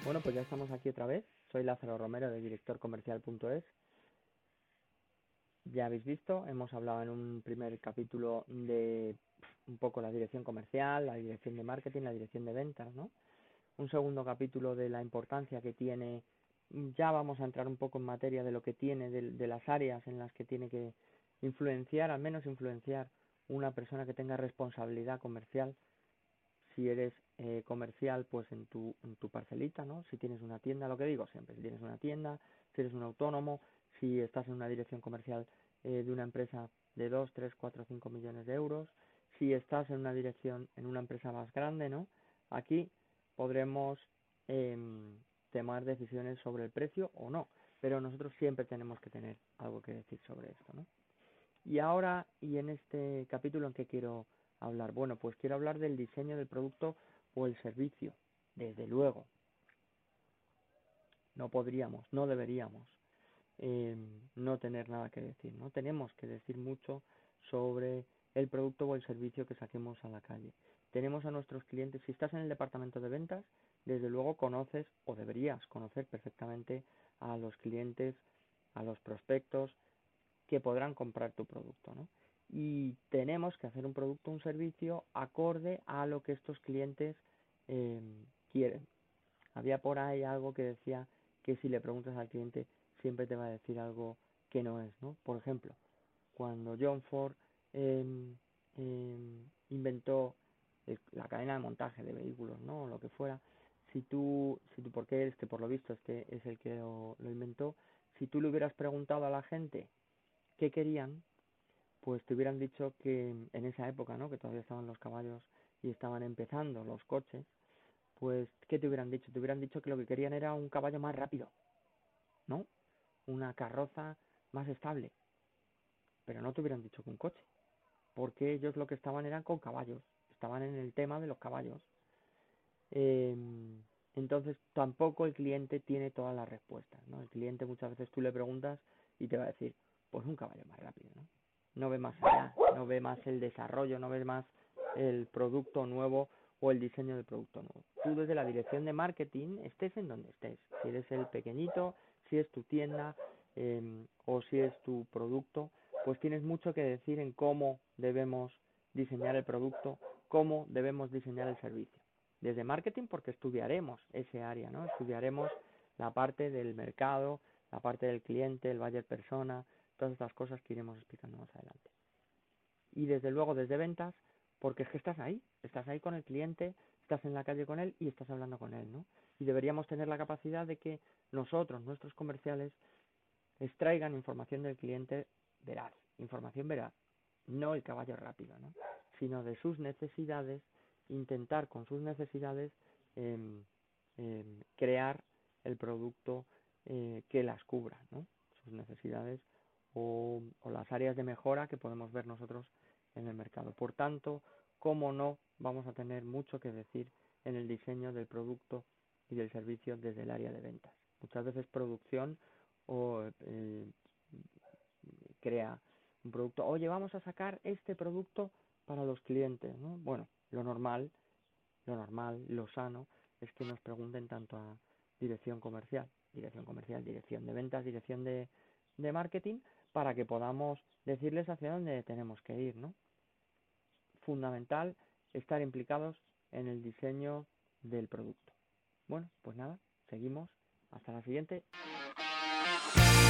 Bueno, pues ya estamos aquí otra vez. Soy Lázaro Romero de directorcomercial.es. Ya habéis visto, hemos hablado en un primer capítulo de un poco la dirección comercial, la dirección de marketing, la dirección de ventas, ¿no? Un segundo capítulo de la importancia que tiene, ya vamos a entrar un poco en materia de lo que tiene, de las áreas en las que tiene que influenciar, al menos influenciar una persona que tenga responsabilidad comercial. Si eres comercial, pues en tu parcelita, ¿no? Si tienes una tienda, lo que digo siempre, si tienes una tienda, si eres un autónomo, si estás en una dirección comercial de una empresa de 2, 3, 4, 5 millones de euros, si estás en una dirección, en una empresa más grande, ¿no? Aquí podremos tomar decisiones sobre el precio o no, pero nosotros siempre tenemos que tener algo que decir sobre esto, ¿no? Y ahora, y en este capítulo, ¿en qué quiero hablar? Bueno, pues quiero hablar del diseño del producto o el servicio. Desde luego, no podríamos, no deberíamos no tener nada que decir, ¿no? Tenemos que decir mucho sobre el producto o el servicio que saquemos a la calle. Tenemos a nuestros clientes, si estás en el departamento de ventas, desde luego conoces o deberías conocer perfectamente a los clientes, a los prospectos, que podrán comprar tu producto, ¿no? Y tenemos que hacer un producto, un servicio acorde a lo que estos clientes eh, quieren. Había por ahí algo que decía que si le preguntas al cliente siempre te va a decir algo que no es, ¿no? Por ejemplo, cuando John Ford eh, inventó la cadena de montaje de vehículos, ¿no? O lo que fuera, porque este, por lo visto, este es el que lo inventó, si tú le hubieras preguntado a la gente qué querían, pues te hubieran dicho que en esa época, ¿no? Que todavía estaban los caballos y estaban empezando los coches, pues ¿qué te hubieran dicho? Te hubieran dicho que lo que querían era un caballo más rápido, ¿no? Una carroza más estable, pero no te hubieran dicho que un coche, porque ellos lo que estaban eran con caballos, estaban en el tema de los caballos. Eh, entonces tampoco el cliente tiene todas las respuestas, ¿no? El cliente muchas veces tú le preguntas y te va a decir, pues un caballo más rápido, ¿no? No ve más allá, no ve más el desarrollo, no ve más el producto nuevo o el diseño del producto nuevo. Tú desde la dirección de marketing, estés en donde estés, si eres el pequeñito, si es tu tienda o si es tu producto, pues tienes mucho que decir en cómo debemos diseñar el producto, cómo debemos diseñar el servicio. Desde marketing porque estudiaremos ese área, ¿no? Estudiaremos la parte del mercado, la parte del cliente, el buyer persona, todas estas cosas que iremos explicando más adelante. Y desde luego desde ventas, porque es que estás ahí con el cliente, estás en la calle con él y estás hablando con él, ¿no? Y deberíamos tener la capacidad de que nosotros, nuestros comerciales, extraigan información del cliente veraz, información veraz, no el caballo rápido, ¿no? Sino de sus necesidades, intentar con sus necesidades crear el producto que las cubra, ¿no? Sus necesidades o las áreas de mejora que podemos ver nosotros en el mercado. Por tanto, cómo no, vamos a tener mucho que decir en el diseño del producto y del servicio desde el área de ventas. Muchas veces producción o crea un producto, oye, vamos a sacar este producto para los clientes, ¿no? Bueno, lo sano es que nos pregunten tanto a dirección comercial, dirección de ventas, dirección de marketing, para que podamos decirles hacia dónde tenemos que ir, ¿no? Fundamental estar implicados en el diseño del producto. Bueno, pues nada, seguimos. Hasta la siguiente.